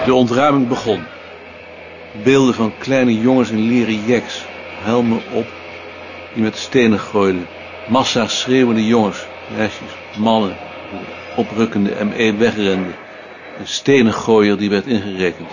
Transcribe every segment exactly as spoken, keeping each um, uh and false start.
De ontruiming begon. Beelden van kleine jongens in leren jacks, helmen op, die met stenen gooiden. Massa schreeuwende jongens, meisjes, mannen, de oprukkende M E wegrenden. Een stenengooier die werd ingerekend.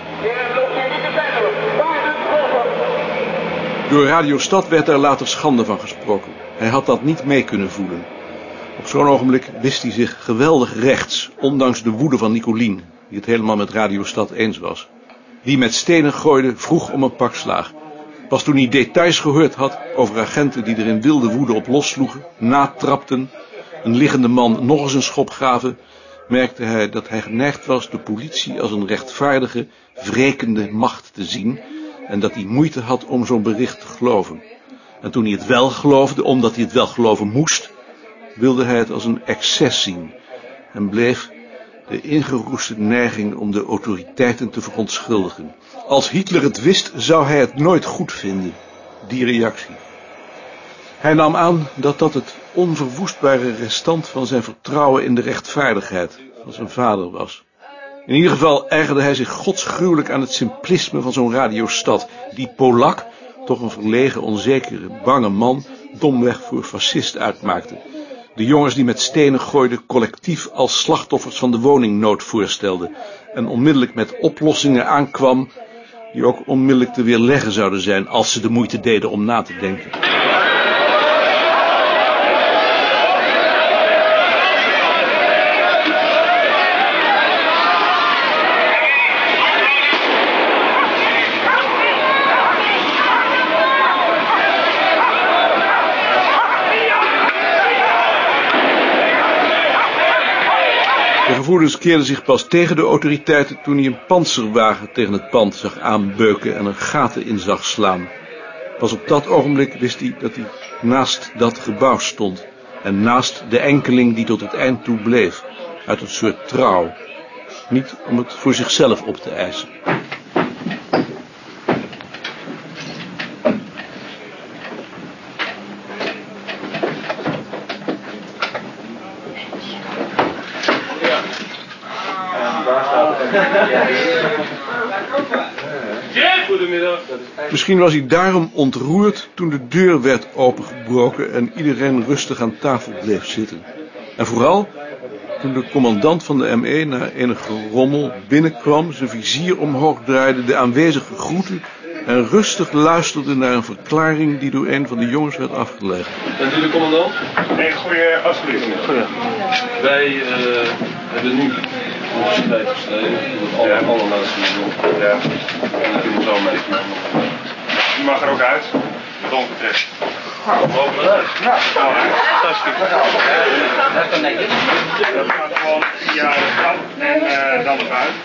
Door Radio Stad werd er later schande van gesproken. Hij had dat niet mee kunnen voelen. Op zo'n ogenblik wist hij zich geweldig rechts, ondanks de woede van Nicolien, die het helemaal met Radio Stad eens was. Wie met stenen gooide, vroeg om een pak slaag. Pas toen hij details gehoord had over agenten die er in wilde woede op lossloegen, natrapten, een liggende man nog eens een schop gaven, merkte hij dat hij geneigd was de politie als een rechtvaardige, wrekende macht te zien en dat hij moeite had om zo'n bericht te geloven. En toen hij het wel geloofde, omdat hij het wel geloven moest, wilde hij het als een excess zien en bleef de ingeroeste neiging om de autoriteiten te verontschuldigen. Als Hitler het wist, zou hij het nooit goed vinden, die reactie. Hij nam aan dat dat het onverwoestbare restant van zijn vertrouwen in de rechtvaardigheid van zijn vader was. In ieder geval ergerde hij zich godsgruwelijk aan het simplisme van zo'n Radio Stad, die Polak, toch een verlegen, onzekere, bange man, domweg voor fascist uitmaakte. De jongens die met stenen gooiden collectief als slachtoffers van de woningnood voorstelden en onmiddellijk met oplossingen aankwam die ook onmiddellijk te weerleggen zouden zijn als ze de moeite deden om na te denken. De gevoelens keerden zich pas tegen de autoriteiten toen hij een pantserwagen tegen het pand zag aanbeuken en er gaten in zag slaan. Pas op dat ogenblik wist hij dat hij naast dat gebouw stond en naast de enkeling die tot het eind toe bleef, uit een soort trouw. Niet om het voor zichzelf op te eisen. Misschien was hij daarom ontroerd toen de deur werd opengebroken en iedereen rustig aan tafel bleef zitten. En vooral toen de commandant van de M E na enig gerommel binnenkwam, zijn vizier omhoog draaide, de aanwezigen groette en rustig luisterde naar een verklaring die door een van de jongens werd afgelegd. Bent u de commandant? Nee, goeie, alsjeblieft. Goeie. Wij uh, hebben nu opgeschreven gestreden, dat alle, ja. alle mensen die doen. Ja. En dat kunnen we zo meekijken. U mag er ook uit, wat ons betreft. Nou, we mogen eruit. Nou, hartstikke. Dat kan netjes. Dat gaat gewoon via de stad en uh, dan eruit.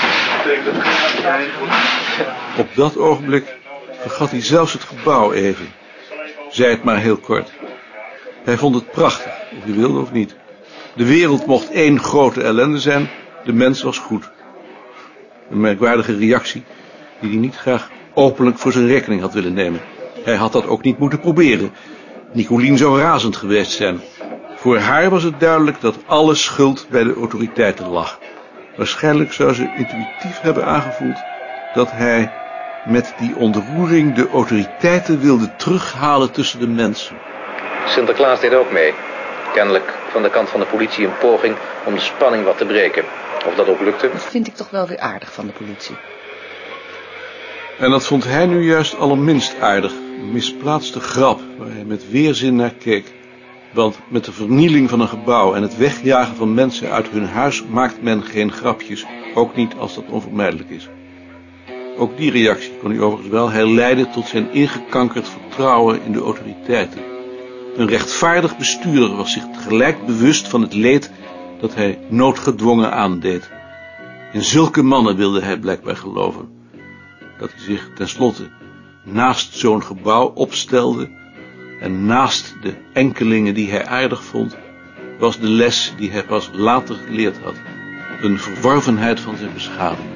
Op dat ogenblik vergat hij zelfs het gebouw even. Zei het maar heel kort. Hij vond het prachtig, of hij wilde of niet. De wereld mocht één grote ellende zijn, de mens was goed. Een merkwaardige reactie die hij niet graag openlijk voor zijn rekening had willen nemen. Hij had dat ook niet moeten proberen. Nicolien zou razend geweest zijn. Voor haar was het duidelijk dat alle schuld bij de autoriteiten lag. Waarschijnlijk zou ze intuïtief hebben aangevoeld dat hij met die ontroering de autoriteiten wilde terughalen tussen de mensen. Sinterklaas deed ook mee. Kennelijk van de kant van de politie een poging om de spanning wat te breken. Of dat ook lukte? Dat vind ik toch wel weer aardig van de politie. En dat vond hij nu juist allerminst aardig. Een misplaatste grap waar hij met weerzin naar keek. Want met de vernieling van een gebouw en het wegjagen van mensen uit hun huis maakt men geen grapjes, ook niet als dat onvermijdelijk is. Ook die reactie kon hij overigens wel herleiden tot zijn ingekankerd vertrouwen in de autoriteiten. Een rechtvaardig bestuurder was zich tegelijk bewust van het leed dat hij noodgedwongen aandeed. In zulke mannen wilde hij blijkbaar geloven. Dat hij zich tenslotte naast zo'n gebouw opstelde en naast de enkelingen die hij aardig vond, was de les die hij pas later geleerd had. Een verworvenheid van zijn beschaving.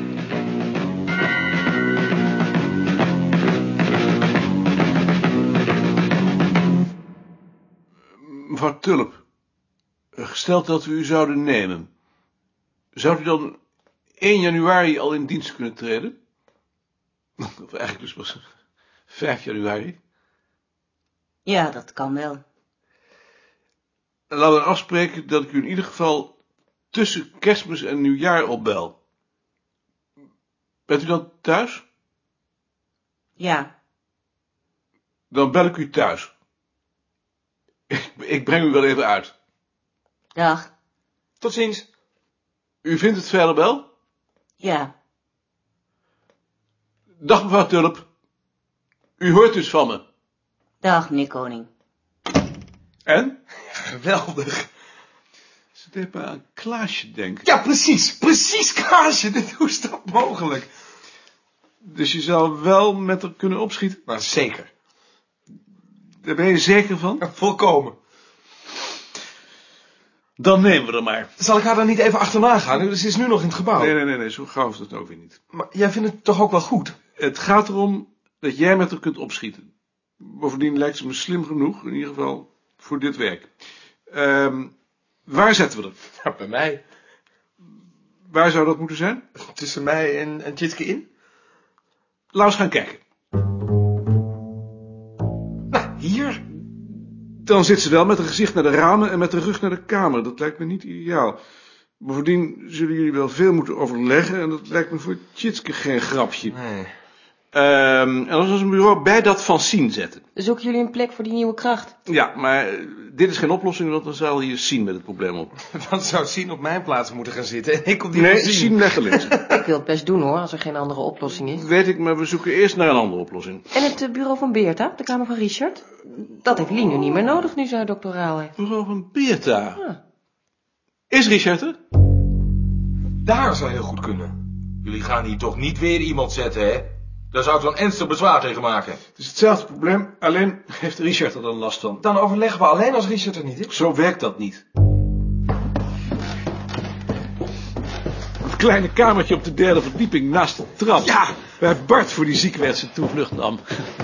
Mevrouw Tulp, gesteld dat we u zouden nemen, zou u dan één januari al in dienst kunnen treden? Of eigenlijk dus pas vijf januari. Ja, dat kan wel. En laten we afspreken dat ik u in ieder geval tussen Kerstmis en Nieuwjaar opbel. Bent u dan thuis? Ja. Dan bel ik u thuis. Ik, ik breng u wel even uit. Dag. Tot ziens. U vindt het verder wel? Ja. Dag mevrouw Tulp. U hoort dus van me. Dag, meneer Koning. En? Geweldig. Ze deed maar aan Klaasje denken. Ja, precies. Precies, Klaasje. Dit, hoe is dat mogelijk? Dus je zou wel met haar kunnen opschieten? Maar zeker. Daar ben je zeker van? Ja, volkomen. Dan nemen we er maar. Zal ik haar dan niet even achterna gaan? Ze is nu nog in het gebouw. Nee, nee, nee, nee, zo gauw is dat ook weer niet. Maar jij vindt het toch ook wel goed? Het gaat erom dat jij met haar kunt opschieten. Bovendien lijkt ze me slim genoeg, in ieder geval voor dit werk. Um, waar zetten we er? Ja, bij mij. Waar zou dat moeten zijn? Tussen mij en, en Tjitske in? Laten we eens gaan kijken. Nou, hier. Dan zit ze wel met haar gezicht naar de ramen en met de rug naar de kamer. Dat lijkt me niet ideaal. Bovendien zullen jullie wel veel moeten overleggen en dat lijkt me voor Tjitske geen grapje. Nee. Um, en als we een bureau bij dat van Sien zetten. Zoeken jullie een plek voor die nieuwe kracht? Ja, maar uh, dit is geen oplossing, want dan zal hier Sien met het probleem op. Dan zou Sien op mijn plaats moeten gaan zitten en ik op die Nee, van Sien. Sien legt er links. Ik wil het best doen hoor, als er geen andere oplossing is. Weet ik, maar we zoeken eerst naar een andere oplossing. En het uh, bureau van Beerta, de kamer van Richard? Dat heeft Lien nu niet meer nodig nu ze haar doctoraal heeft. Bureau van Beerta. Ja. Is Richard er? Daar zou heel goed kunnen. Jullie gaan hier toch niet weer iemand zetten, hè? Daar zou ik dan ernstig bezwaar tegen maken. Het is hetzelfde probleem, alleen heeft Richard er dan last van. Dan overleggen we alleen als Richard er niet is. Zo werkt dat niet. Het kleine kamertje op de derde verdieping naast de trap. Ja! Waar Bart voor die ziek werd zijn toevlucht nam.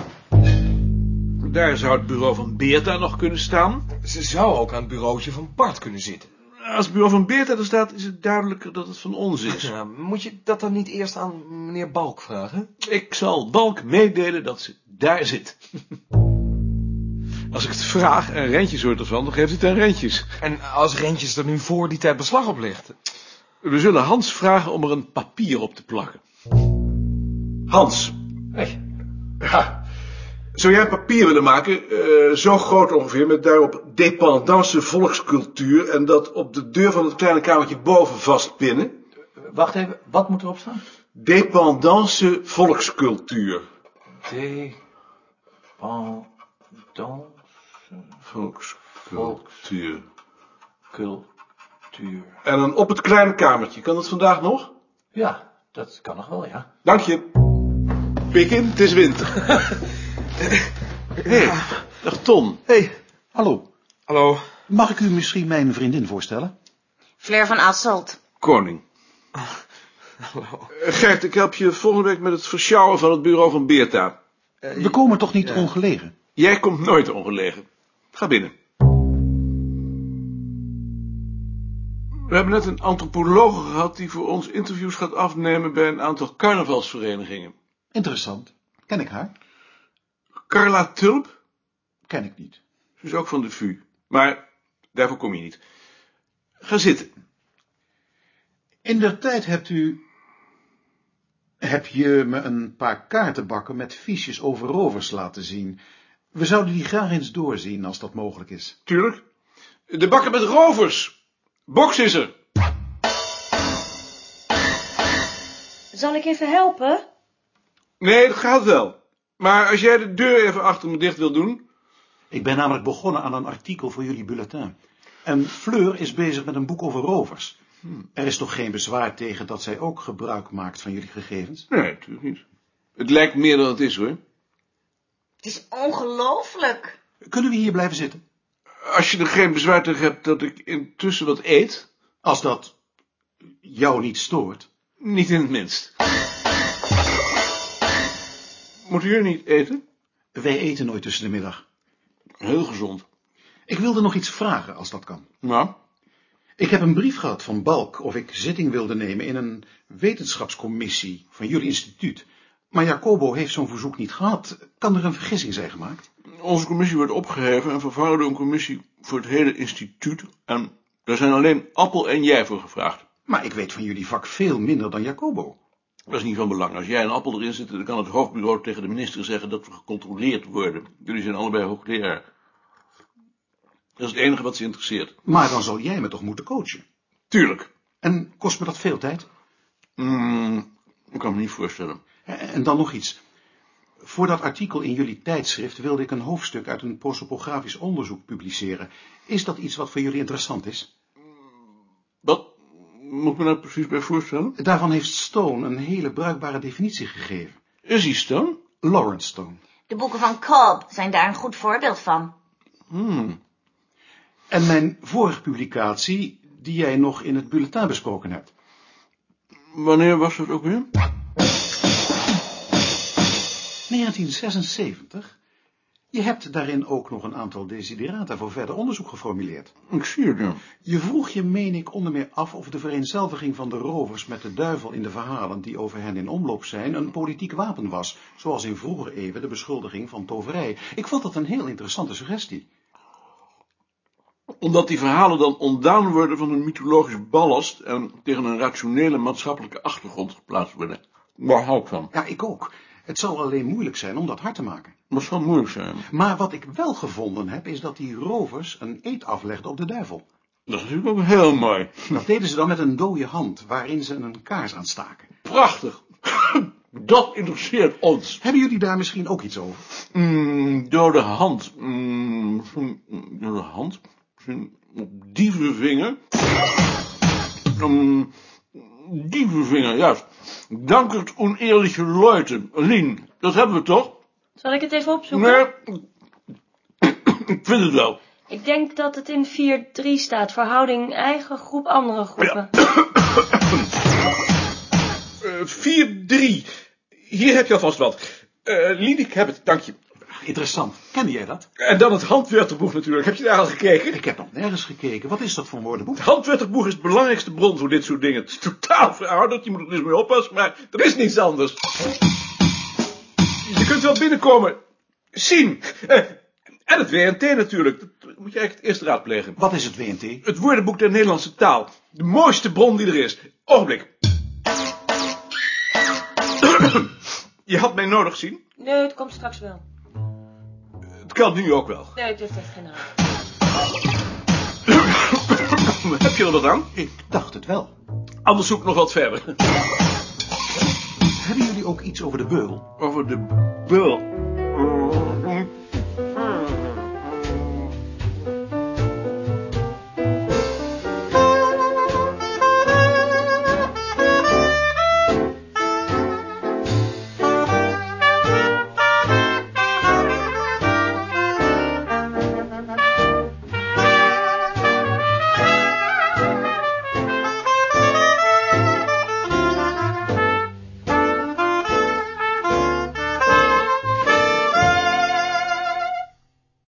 Daar zou het bureau van Beerta nog kunnen staan. Ze zou ook aan het bureautje van Bart kunnen zitten. Als het bureau van Beerta er staat, is het duidelijker dat het van ons is. Ja, moet je dat dan niet eerst aan meneer Balk vragen? Ik zal Balk meedelen dat ze daar zit. Als ik het vraag en Rentjes hoort ervan, dan geeft het aan Rentjes. En als Rentjes er nu voor die tijd beslag op legt? We zullen Hans vragen om er een papier op te plakken. Hans. Hey. Ja. Zou jij een papier willen maken, uh, zo groot ongeveer, met daarop dependance volkscultuur en dat op de deur van het kleine kamertje boven vastpinnen? Wacht even, wat moet erop staan? Dependance volkscultuur. Dependance volkscultuur. cultuur. En dan op het kleine kamertje. Kan dat vandaag nog? Ja, dat kan nog wel, ja. Dank je. Pik in, het is winter. Hé, hey, dag Ton. Hey, hallo. Hallo. Mag ik u misschien mijn vriendin voorstellen? Fleur van Asselt. Koning. Hallo. Uh, Gert, ik help je volgende week met het versjouwen van het bureau van Beerta. We komen toch niet ja. ongelegen? Jij komt nooit ongelegen. Ga binnen. We hebben net een antropologe gehad die voor ons interviews gaat afnemen bij een aantal carnavalsverenigingen. Interessant. Ken ik haar? Carla Tulp? Ken ik niet. Ze is ook van de V U. Maar daarvoor kom je niet. Ga zitten. Indertijd hebt u... Heb je me een paar kaartenbakken met fiches over rovers laten zien. We zouden die graag eens doorzien als dat mogelijk is. Tuurlijk. De bakken met rovers. Box is er. Zal ik even helpen? Nee, dat gaat wel. Maar als jij de deur even achter me dicht wil doen. Ik ben namelijk begonnen aan een artikel voor jullie bulletin. En Fleur is bezig met een boek over rovers. Hmm. Er is toch geen bezwaar tegen dat zij ook gebruik maakt van jullie gegevens? Nee, natuurlijk niet. Het lijkt meer dan het is, hoor. Het is ongelooflijk. Kunnen we hier blijven zitten? Als je er geen bezwaar tegen hebt dat ik intussen wat eet. Als dat jou niet stoort. Niet in het minst. Moeten jullie niet eten? Wij eten nooit tussen de middag. Heel gezond. Ik wilde nog iets vragen, als dat kan. Nou? Ik heb een brief gehad van Balk of ik zitting wilde nemen in een wetenschapscommissie van jullie instituut. Maar Jacobo heeft zo'n verzoek niet gehad. Kan er een vergissing zijn gemaakt? Onze commissie wordt opgeheven en vervangen door een commissie voor het hele instituut. En daar zijn alleen Appel en jij voor gevraagd. Maar ik weet van jullie vak veel minder dan Jacobo. Dat is niet van belang. Als jij en Appel erin zitten, dan kan het hoofdbureau tegen de minister zeggen dat we gecontroleerd worden. Jullie zijn allebei hoogleraar. Dat is het enige wat ze interesseert. Maar dan zal jij me toch moeten coachen? Tuurlijk. En kost me dat veel tijd? Mm, ik kan me niet voorstellen. En dan nog iets. Voor dat artikel in jullie tijdschrift wilde ik een hoofdstuk uit een prosopografisch onderzoek publiceren. Is dat iets wat voor jullie interessant is? Wat moet ik me daar precies bij voorstellen? Daarvan heeft Stone een hele bruikbare definitie gegeven. Is hij Stone? Lawrence Stone. De boeken van Cobb zijn daar een goed voorbeeld van. Hmm. En mijn vorige publicatie, die jij nog in het bulletin besproken hebt. Wanneer was dat ook weer? negentien zesenzeventig. Je hebt daarin ook nog een aantal desiderata voor verder onderzoek geformuleerd. Ik zie het, ja. Je vroeg je, meen ik, onder meer af of de vereenzelviging van de rovers met de duivel in de verhalen die over hen in omloop zijn, een politiek wapen was, zoals in vroeger eeuwen de beschuldiging van toverij. Ik vond dat een heel interessante suggestie. Omdat die verhalen dan ontdaan worden van een mythologisch ballast en tegen een rationele maatschappelijke achtergrond geplaatst worden. Waar hou ik van? Ja, ik ook. Het zal alleen moeilijk zijn om dat hard te maken. Dat zal moeilijk zijn. Maar wat ik wel gevonden heb, is dat die rovers een eed aflegden op de duivel. Dat is natuurlijk ook heel mooi. Dat deden ze dan met een dode hand, waarin ze een kaars aanstaken. Prachtig. Dat interesseert ons. Hebben jullie daar misschien ook iets over? Mm, dode hand. Mm, dode hand. Misschien op dievenvinger. Um, dievenvinger, juist. Dankert oneerlijke Leute. Lien, dat hebben we toch? Zal ik het even opzoeken? Nee, ik vind het wel. Ik denk dat het in vier drie staat. Verhouding eigen groep andere groepen. Uh, vier drie. Hier heb je alvast wat. Uh, Lien, ik heb het, dank je. Interessant. Kende jij dat? En dan het handwörterboek natuurlijk. Heb je daar al gekeken? Ik heb nog nergens gekeken. Wat is dat voor een woordenboek? Het handwörterboek is de belangrijkste bron voor dit soort dingen. Het is totaal verouderd, je moet er dus mee oppassen, maar er is niets anders. Je kunt wel binnenkomen. Zien. Uh, en het W N T natuurlijk. Dat moet je eigenlijk het eerst raadplegen. Wat is het W N T? Het woordenboek der Nederlandse taal. De mooiste bron die er is. Ogenblik. Je had mij nodig, zien? Nee, het komt straks wel. Het kan nu ook wel. Nee, het heeft echt geen haast. Heb je er wat aan? Ik dacht het wel. Anders zoek ik nog wat verder. Hebben jullie ook iets over de beul? Over de beul?